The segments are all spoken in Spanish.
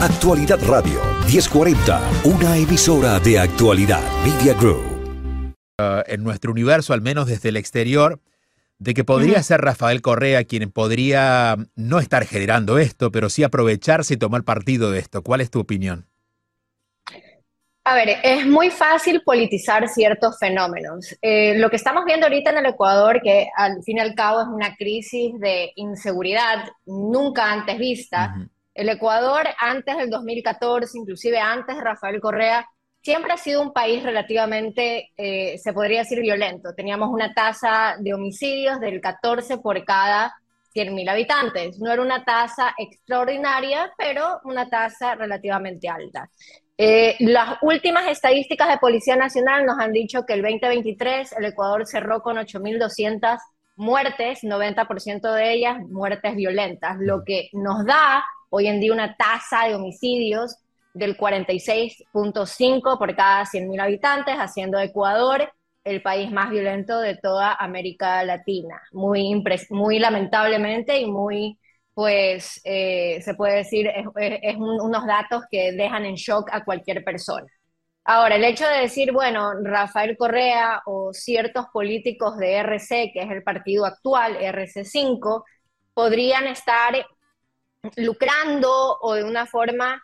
Actualidad Radio 1040, una emisora de Actualidad Media Group. En nuestro universo, al menos desde el exterior, de que podría ser Rafael Correa quien podría no estar generando esto, pero sí aprovecharse y tomar partido de esto. ¿Cuál es tu opinión? A ver, es muy fácil politizar ciertos fenómenos. Lo que estamos viendo ahorita en el Ecuador, que al fin y al cabo es una crisis de inseguridad nunca antes vista. El Ecuador antes del 2014, inclusive antes de Rafael Correa, siempre ha sido un país relativamente, se podría decir, violento. Teníamos una tasa de homicidios del 14 por cada 100.000 habitantes. No era una tasa extraordinaria, pero una tasa relativamente alta. Las últimas estadísticas de Policía Nacional nos han dicho que el 2023 el Ecuador cerró con 8.200 muertes, 90% de ellas muertes violentas, lo que nos da hoy en día una tasa de homicidios del 46.5 por cada 100.000 habitantes, haciendo Ecuador el país más violento de toda América Latina. Muy lamentablemente y muy... pues se puede decir, unos datos que dejan en shock a cualquier persona. Ahora, el hecho de decir, bueno, Rafael Correa o ciertos políticos de RC, que es el partido actual, RC5, podrían estar lucrando o de una forma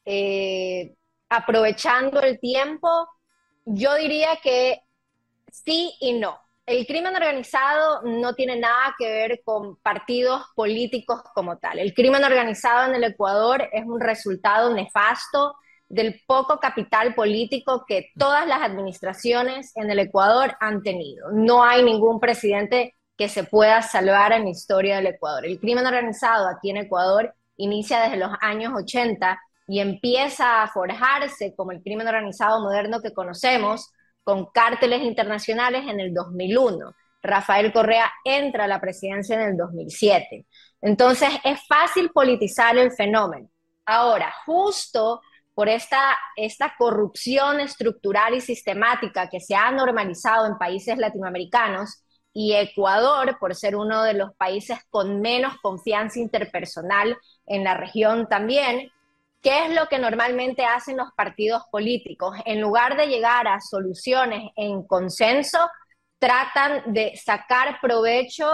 aprovechando el tiempo, yo diría que sí y no. El crimen organizado no tiene nada que ver con partidos políticos como tal. El crimen organizado en el Ecuador es un resultado nefasto del poco capital político que todas las administraciones en el Ecuador han tenido. No hay ningún presidente que se pueda salvar en la historia del Ecuador. El crimen organizado aquí en Ecuador inicia desde los años 80 y empieza a forjarse como el crimen organizado moderno que conocemos, con cárteles internacionales en el 2001. Rafael Correa entra a la presidencia en el 2007. Entonces, es fácil politizar el fenómeno. Ahora, justo por esta corrupción estructural y sistemática que se ha normalizado en países latinoamericanos, y Ecuador, por ser uno de los países con menos confianza interpersonal en la región también, ¿qué es lo que normalmente hacen los partidos políticos? En lugar de llegar a soluciones en consenso, tratan de sacar provecho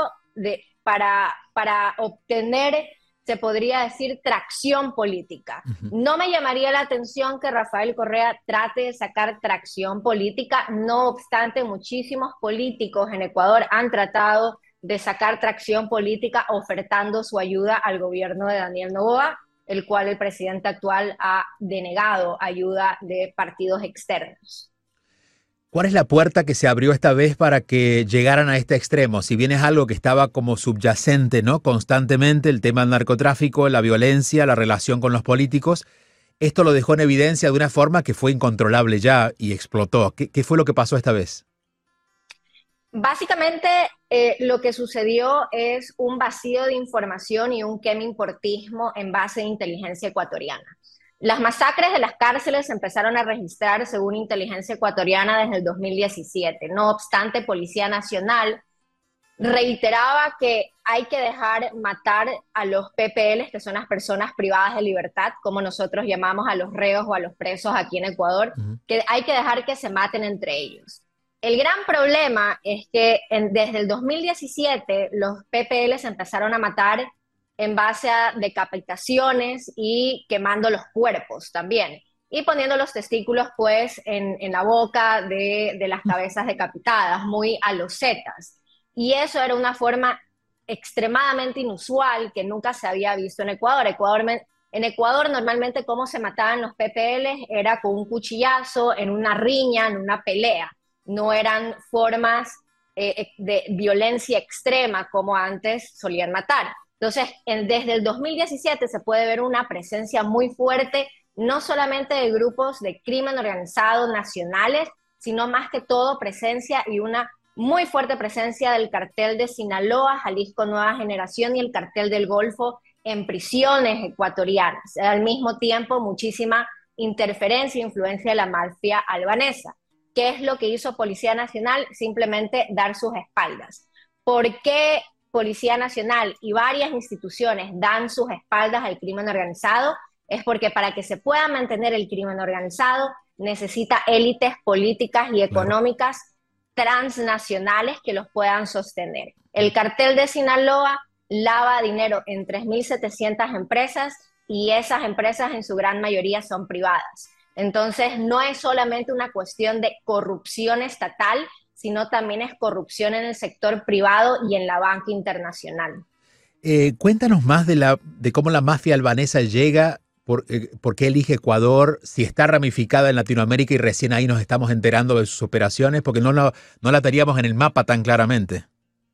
para obtener, se podría decir, tracción política. No me llamaría la atención que Rafael Correa trate de sacar tracción política, no obstante, muchísimos políticos en Ecuador han tratado de sacar tracción política ofertando su ayuda al gobierno de Daniel Noboa, el cual el presidente actual ha denegado ayuda de partidos externos. ¿Cuál es la puerta que se abrió esta vez para que llegaran a este extremo? Si bien es algo que estaba como subyacente, ¿no? Constantemente, el tema del narcotráfico, la violencia, la relación con los políticos, esto lo dejó en evidencia de una forma que fue incontrolable ya y explotó. ¿Qué fue lo que pasó esta vez? Básicamente, lo que sucedió es un vacío de información y un queminportismo en base de inteligencia ecuatoriana. Las masacres de las cárceles se empezaron a registrar según inteligencia ecuatoriana desde el 2017. No obstante, Policía Nacional reiteraba que hay que dejar matar a los PPLs, que son las personas privadas de libertad, como nosotros llamamos a los reos o a los presos aquí en Ecuador, que hay que dejar que se maten entre ellos. El gran problema es que desde el 2017 los PPLs empezaron a matar en base a decapitaciones y quemando los cuerpos también, y poniendo los testículos pues en la boca de las cabezas decapitadas, muy a los zetas. Y eso era una forma extremadamente inusual que nunca se había visto en Ecuador. En Ecuador normalmente cómo se mataban los PPLs era con un cuchillazo, en una riña, en una pelea. No eran formas de violencia extrema como antes solían matar. Entonces, desde el 2017 se puede ver una presencia muy fuerte, no solamente de grupos de crimen organizado nacionales, sino más que todo presencia y una muy fuerte presencia del cartel de Sinaloa, Jalisco Nueva Generación y el cartel del Golfo en prisiones ecuatorianas. Al mismo tiempo, muchísima interferencia e influencia de la mafia albanesa. ¿Qué es lo que hizo Policía Nacional? Simplemente dar sus espaldas. ¿Por qué Policía Nacional y varias instituciones dan sus espaldas al crimen organizado? es porque para que se pueda mantener el crimen organizado necesita élites políticas y Claro. económicas transnacionales que los puedan sostener. El cartel de Sinaloa lava dinero en 3.700 empresas y esas empresas en su gran mayoría son privadas. Entonces no es solamente una cuestión de corrupción estatal, sino también es corrupción en el sector privado y en la banca internacional. Cuéntanos más de cómo la mafia albanesa llega, por qué elige Ecuador, si está ramificada en Latinoamérica y recién ahí nos estamos enterando de sus operaciones, porque no la teníamos en el mapa tan claramente.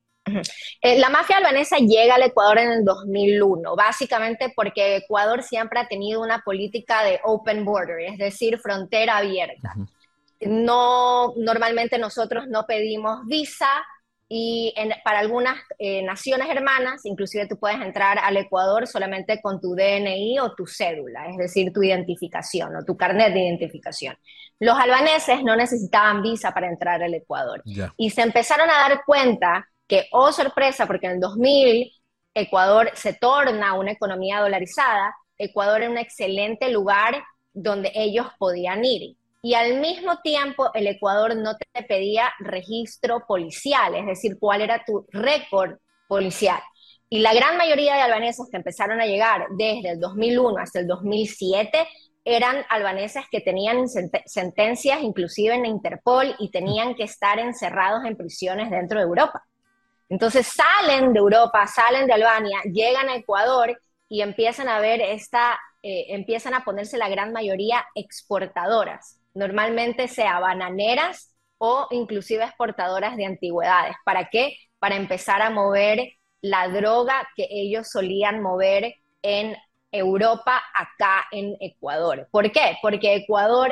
La mafia albanesa llega al Ecuador en el 2001, básicamente porque Ecuador siempre ha tenido una política de open border, es decir, frontera abierta. Ujú. No, normalmente nosotros no pedimos visa y para algunas naciones hermanas, inclusive tú puedes entrar al Ecuador solamente con tu DNI o tu cédula, es decir, tu identificación o tu carnet de identificación. Los albaneses no necesitaban visa para entrar al Ecuador Ya. y se empezaron a dar cuenta que, oh sorpresa, porque en el 2000 Ecuador se torna una economía dolarizada, Ecuador era un excelente lugar donde ellos podían ir. Y al mismo tiempo el Ecuador no te pedía registro policial, es decir, cuál era tu récord policial. Y la gran mayoría de albaneses que empezaron a llegar desde el 2001 hasta el 2007 eran albaneses que tenían sentencias inclusive en la Interpol y tenían que estar encerrados en prisiones dentro de Europa. Entonces salen de Europa, salen de Albania, llegan a Ecuador y empiezan a ver empiezan a ponerse la gran mayoría exportadoras, normalmente sea bananeras o inclusive exportadoras de antigüedades. ¿Para qué? Para empezar a mover la droga que ellos solían mover en Europa acá en Ecuador. ¿Por qué? Porque Ecuador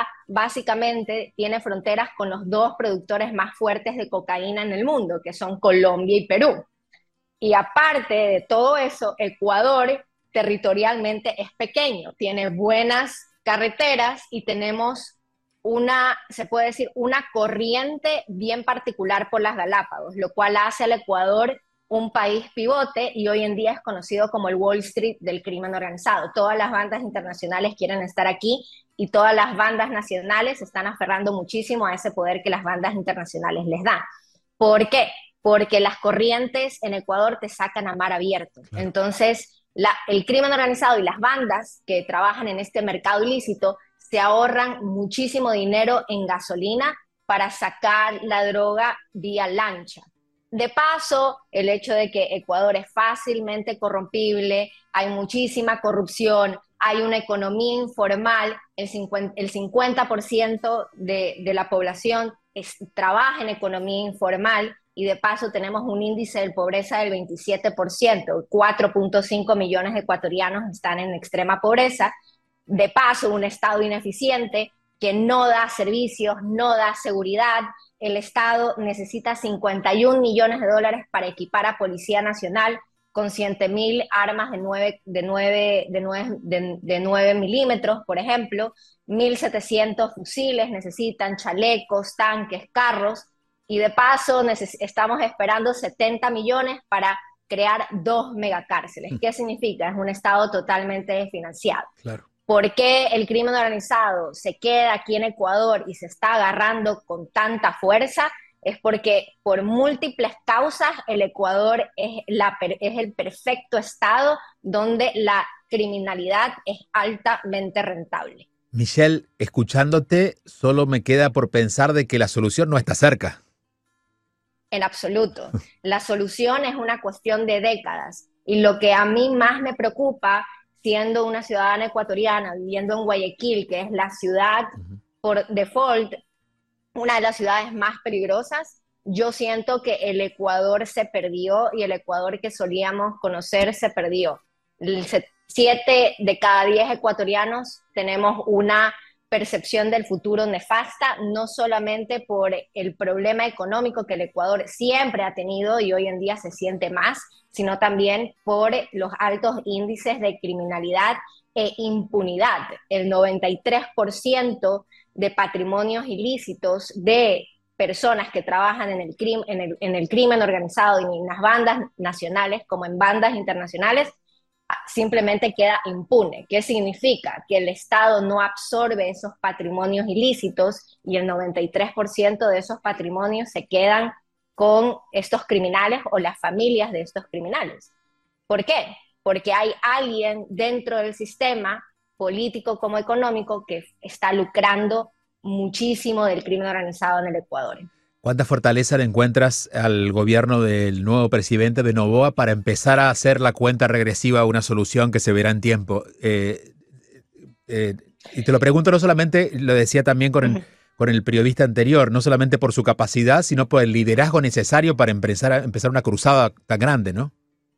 tiene fronteras con los dos productores más fuertes de cocaína en el mundo, que son Colombia y Perú. Y aparte de todo eso, Ecuador territorialmente es pequeño, tiene buenas carreteras y tenemos se puede decir, una corriente bien particular por las Galápagos, lo cual hace al Ecuador un país pivote y hoy en día es conocido como el Wall Street del crimen organizado. Todas las bandas internacionales quieren estar aquí y todas las bandas nacionales se están aferrando muchísimo a ese poder que las bandas internacionales les dan. ¿Por qué? Porque las corrientes en Ecuador te sacan a mar abierto. Claro. Entonces, el crimen organizado y las bandas que trabajan en este mercado ilícito se ahorran muchísimo dinero en gasolina para sacar la droga vía lancha. De paso, el hecho de que Ecuador es fácilmente corrompible, hay muchísima corrupción, hay una economía informal, el 50% de la población trabaja en economía informal y de paso tenemos un índice de pobreza del 27%, 4.5 millones de ecuatorianos están en extrema pobreza, de paso un Estado ineficiente que no da servicios, no da seguridad. El Estado necesita 51 millones de dólares para equipar a Policía Nacional con 100.000 armas de 9 milímetros, por ejemplo, 1.700 fusiles, necesitan chalecos, tanques, carros, y de paso estamos esperando 70 millones para crear 2 megacárceles. ¿Qué significa? Es un Estado totalmente desfinanciado. Claro. ¿Por qué el crimen organizado se queda aquí en Ecuador y se está agarrando con tanta fuerza? Es porque por múltiples causas el Ecuador es el perfecto estado donde la criminalidad es altamente rentable. Michelle, escuchándote, solo me queda por pensar de que la solución no está cerca. En absoluto. La solución es una cuestión de décadas. Y lo que a mí más me preocupa, siendo una ciudadana ecuatoriana, viviendo en Guayaquil, que es la ciudad por default, una de las ciudades más peligrosas, yo siento que el Ecuador se perdió y el Ecuador que solíamos conocer se perdió. 7 de cada 10 ecuatorianos tenemos una percepción del futuro nefasta, no solamente por el problema económico que el Ecuador siempre ha tenido y hoy en día se siente más, sino también por los altos índices de criminalidad e impunidad. El 93% de patrimonios ilícitos de personas que trabajan en el crimen organizado y en las bandas nacionales como en bandas internacionales simplemente queda impune. ¿Qué significa? Que el Estado no absorbe esos patrimonios ilícitos y el 93% de esos patrimonios se quedan con estos criminales o las familias de estos criminales. ¿Por qué? Porque hay alguien dentro del sistema político como económico que está lucrando muchísimo del crimen organizado en el Ecuador. ¿Cuánta fortaleza le encuentras al gobierno del nuevo presidente de Noboa para empezar a hacer la cuenta regresiva a una solución que se verá en tiempo? Eh, y te lo pregunto no solamente, lo decía también con el periodista anterior, no solamente por su capacidad, sino por el liderazgo necesario para empezar una cruzada tan grande, ¿no?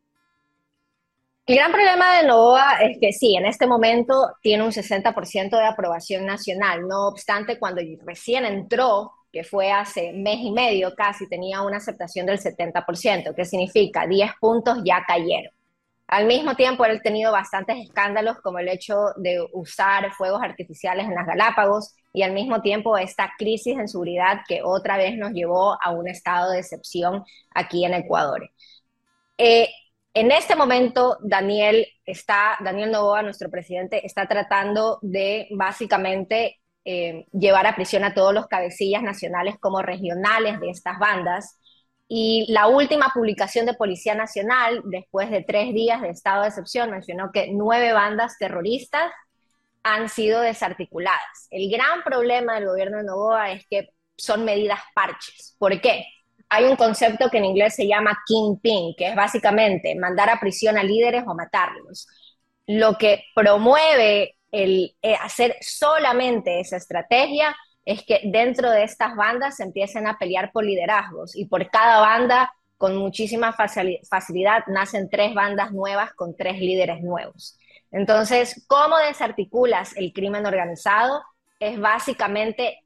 El gran problema de Novoa es que sí, en este momento tiene un 60% de aprobación nacional. No obstante, cuando recién entró, que fue hace mes y medio casi, tenía una aceptación del 70%, que significa 10 puntos ya cayeron. Al mismo tiempo, él ha tenido bastantes escándalos, como el hecho de usar fuegos artificiales en las Galápagos, y al mismo tiempo esta crisis en seguridad que otra vez nos llevó a un estado de excepción aquí en Ecuador. Eh, en este momento, Daniel Noboa, nuestro presidente, está tratando de básicamente llevar a prisión a todos los cabecillas nacionales como regionales de estas bandas. Y la última publicación de Policía Nacional, después de 3 días de estado de excepción, mencionó que 9 bandas terroristas han sido desarticuladas. El gran problema del gobierno de Noboa es que son medidas parches. ¿Por qué? Hay un concepto que en inglés se llama kingpin, que es básicamente mandar a prisión a líderes o matarlos. Lo que promueve el hacer solamente esa estrategia es que dentro de estas bandas se empiecen a pelear por liderazgos y por cada banda con muchísima facilidad nacen 3 bandas nuevas con 3 líderes nuevos. Entonces, ¿cómo desarticulas el crimen organizado? Es básicamente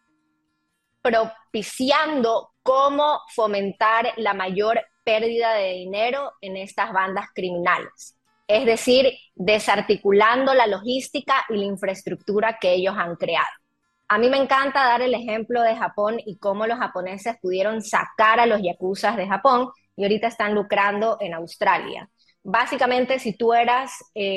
propiciando cómo fomentar la mayor pérdida de dinero en estas bandas criminales. Es decir, desarticulando la logística y la infraestructura que ellos han creado. A mí me encanta dar el ejemplo de Japón y cómo los japoneses pudieron sacar a los yakuzas de Japón y ahorita están lucrando en Australia. Básicamente, si tú eras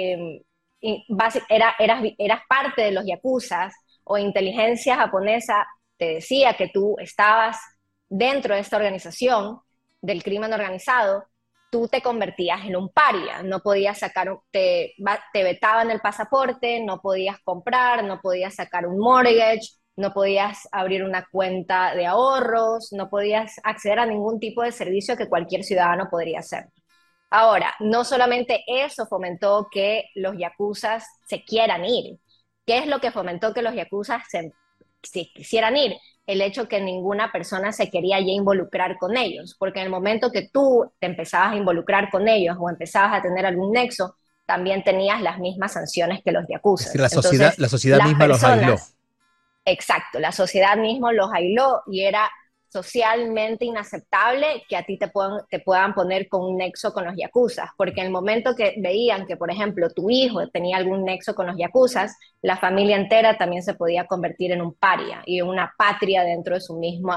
parte de los yakuzas o inteligencia japonesa te decía que tú estabas dentro de esta organización del crimen organizado, tú te convertías en un paria, no podías sacar, te vetaban el pasaporte, no podías comprar, no podías sacar un mortgage, no podías abrir una cuenta de ahorros, no podías acceder a ningún tipo de servicio que cualquier ciudadano podría hacer. Ahora, no solamente eso fomentó que los yakuzas se quieran ir. ¿Qué es lo que fomentó que los yakuzas se quisieran ir? El hecho que ninguna persona se quería ya involucrar con ellos, porque en el momento que tú te empezabas a involucrar con ellos o empezabas a tener algún nexo, también tenías las mismas sanciones que los yakuzas. Es decir, la sociedad misma los aisló. Exacto, la sociedad misma los aisló y era socialmente inaceptable que a ti te puedan poner con un nexo con los yakuzas, porque en el momento que veían que, por ejemplo, tu hijo tenía algún nexo con los yakuzas, la familia entera también se podía convertir en un paria y en una patria dentro de su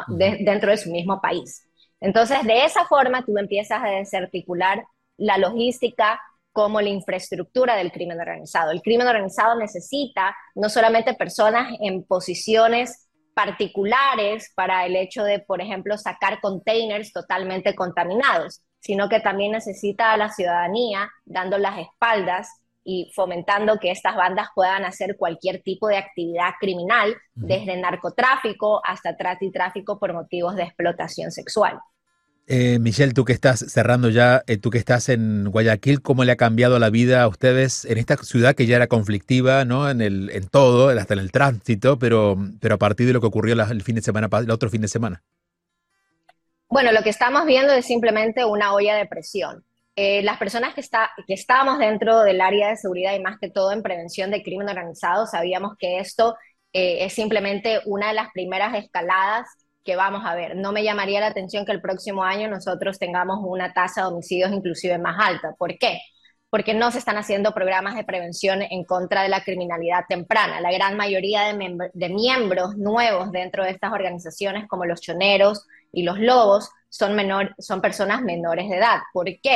mismo país. Entonces, de esa forma, tú empiezas a desarticular la logística como la infraestructura del crimen organizado. El crimen organizado necesita no solamente personas en posiciones particulares para el hecho de, por ejemplo, sacar containers totalmente contaminados, sino que también necesita a la ciudadanía dando las espaldas y fomentando que estas bandas puedan hacer cualquier tipo de actividad criminal, desde narcotráfico hasta trata y tráfico por motivos de explotación sexual. Michelle, tú que estás cerrando ya, tú que estás en Guayaquil, ¿cómo le ha cambiado la vida a ustedes en esta ciudad que ya era conflictiva, ¿no? En todo, hasta en el tránsito, pero a partir de lo que ocurrió el otro fin de semana? Bueno, lo que estamos viendo es simplemente una olla de presión. Las personas que estábamos dentro del área de seguridad y más que todo en prevención de crimen organizado, sabíamos que esto es simplemente una de las primeras escaladas que vamos a ver. No me llamaría la atención que el próximo año nosotros tengamos una tasa de homicidios inclusive más alta. ¿Por qué? Porque no se están haciendo programas de prevención en contra de la criminalidad temprana. La gran mayoría de miembros nuevos dentro de estas organizaciones, como los choneros y los lobos, son personas menores de edad. ¿Por qué?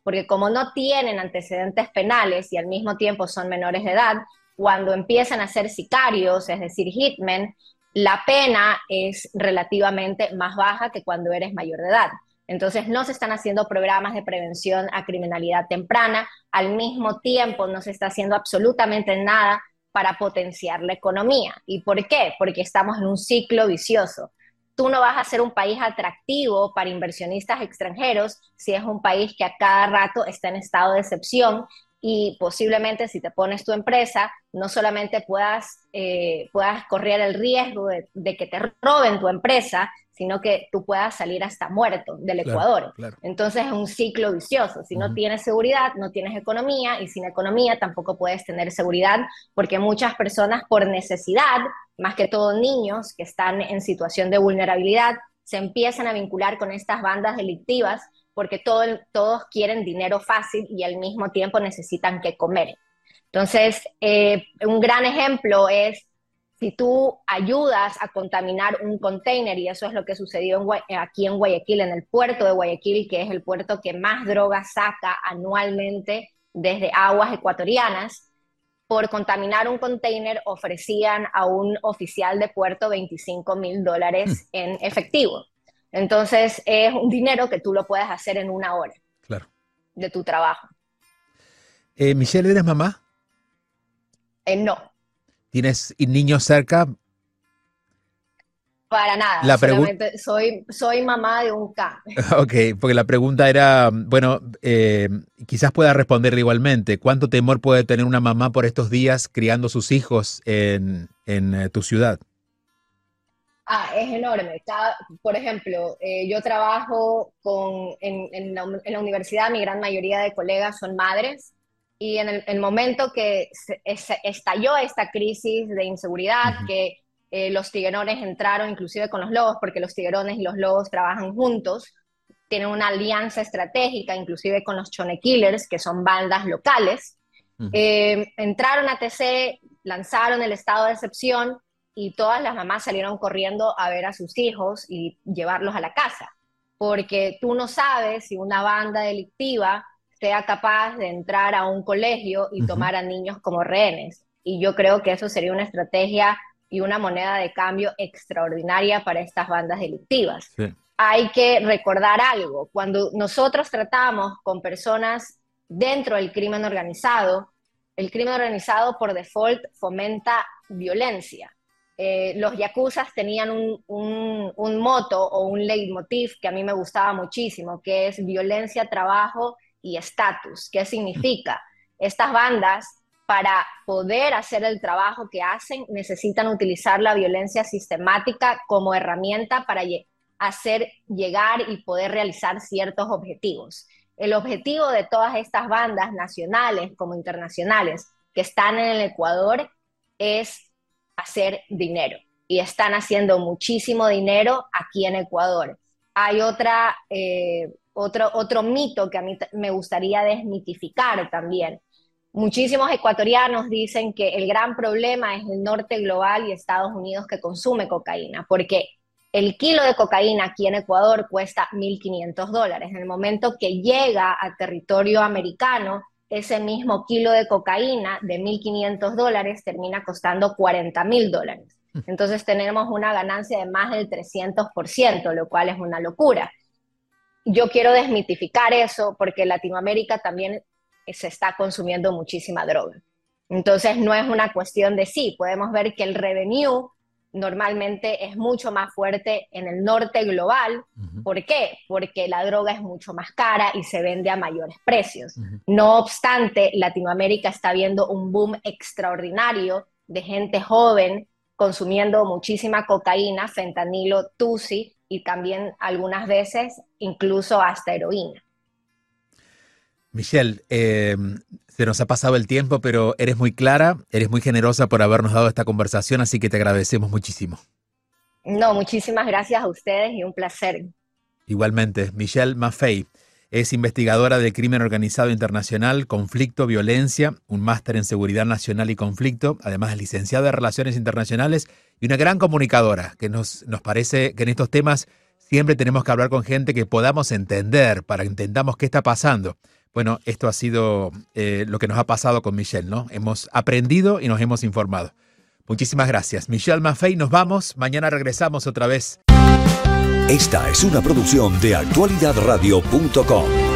porque como no tienen antecedentes penales y al mismo tiempo son menores de edad, cuando empiezan a ser sicarios, es decir, hitmen, la pena es relativamente más baja que cuando eres mayor de edad. Entonces no se están haciendo programas de prevención a criminalidad temprana, al mismo tiempo no se está haciendo absolutamente nada para potenciar la economía. ¿Y por qué? Porque estamos en un ciclo vicioso. Tú no vas a ser un país atractivo para inversionistas extranjeros si es un país que a cada rato está en estado de excepción y posiblemente si te pones tu empresa, no solamente puedas correr el riesgo de que te roben tu empresa, sino que tú puedas salir hasta muerto del Ecuador. Claro. Entonces es un ciclo vicioso. Si no tienes seguridad, no tienes economía, y sin economía tampoco puedes tener seguridad, porque muchas personas por necesidad, más que todo niños que están en situación de vulnerabilidad, se empiezan a vincular con estas bandas delictivas porque todos quieren dinero fácil y al mismo tiempo necesitan que comer. Entonces, un gran ejemplo es si tú ayudas a contaminar un container, y eso es lo que sucedió aquí en Guayaquil, en el puerto de Guayaquil, que es el puerto que más drogas saca anualmente desde aguas ecuatorianas. Por contaminar un container ofrecían a un oficial de puerto $25,000 en efectivo. Entonces es un dinero que tú lo puedes hacer en una hora de tu trabajo. Michelle, ¿eres mamá? No. ¿Tienes niños cerca? Para nada, solamente soy mamá de un can. Ok, porque la pregunta era, bueno, quizás pueda responderle igualmente. ¿Cuánto temor puede tener una mamá por estos días criando sus hijos en tu ciudad? Es enorme. Por ejemplo, yo trabajo en la universidad, mi gran mayoría de colegas son madres, y en el momento que estalló esta crisis de inseguridad, que los tiguerones entraron inclusive con los lobos, porque los tiguerones y los lobos trabajan juntos, tienen una alianza estratégica, inclusive con los Chone Killers, que son bandas locales. Entraron a TC, lanzaron el estado de excepción, y todas las mamás salieron corriendo a ver a sus hijos y llevarlos a la casa, porque tú no sabes si una banda delictiva sea capaz de entrar a un colegio y tomar a niños como rehenes. Y yo creo que eso sería una estrategia y una moneda de cambio extraordinaria para estas bandas delictivas. Sí. Hay que recordar algo: cuando nosotros tratamos con personas dentro del crimen organizado, el crimen organizado por default fomenta violencia. Los yakuzas tenían un moto o un leitmotiv que a mí me gustaba muchísimo, que es violencia, trabajo y estatus. ¿Qué significa? Estas bandas, para poder hacer el trabajo que hacen, necesitan utilizar la violencia sistemática como herramienta para hacer llegar y poder realizar ciertos objetivos. El objetivo de todas estas bandas, nacionales como internacionales, que están en el Ecuador, es hacer dinero, y están haciendo muchísimo dinero aquí en Ecuador. Hay otro mito que a mí me gustaría desmitificar también. Muchísimos ecuatorianos dicen que el gran problema es el norte global y Estados Unidos, que consume cocaína, porque el kilo de cocaína aquí en Ecuador cuesta $1,500. En el momento que llega a territorio americano, ese mismo kilo de cocaína de $1,500 termina costando $40,000. Entonces tenemos una ganancia de más del 300%, lo cual es una locura. Yo quiero desmitificar eso, porque en Latinoamérica también se está consumiendo muchísima droga. Entonces no es una cuestión de sí, podemos ver que el revenue normalmente es mucho más fuerte en el norte global. ¿Por qué? Porque la droga es mucho más cara y se vende a mayores precios. No obstante, Latinoamérica está viendo un boom extraordinario de gente joven consumiendo muchísima cocaína, fentanilo, tusi, y también algunas veces incluso hasta heroína. Michelle, se nos ha pasado el tiempo, pero eres muy clara, eres muy generosa por habernos dado esta conversación, así que te agradecemos muchísimo. No, muchísimas gracias a ustedes y un placer. Igualmente, Michelle Maffei es investigadora de crimen organizado internacional, conflicto, violencia, un máster en seguridad nacional y conflicto, además es licenciada en relaciones internacionales y una gran comunicadora, que nos parece que en estos temas siempre tenemos que hablar con gente que podamos entender, para que entendamos qué está pasando. Bueno, esto ha sido lo que nos ha pasado con Michelle, ¿no? Hemos aprendido y nos hemos informado. Muchísimas gracias. Michelle Maffei, nos vamos. Mañana regresamos otra vez. Esta es una producción de actualidadradio.com.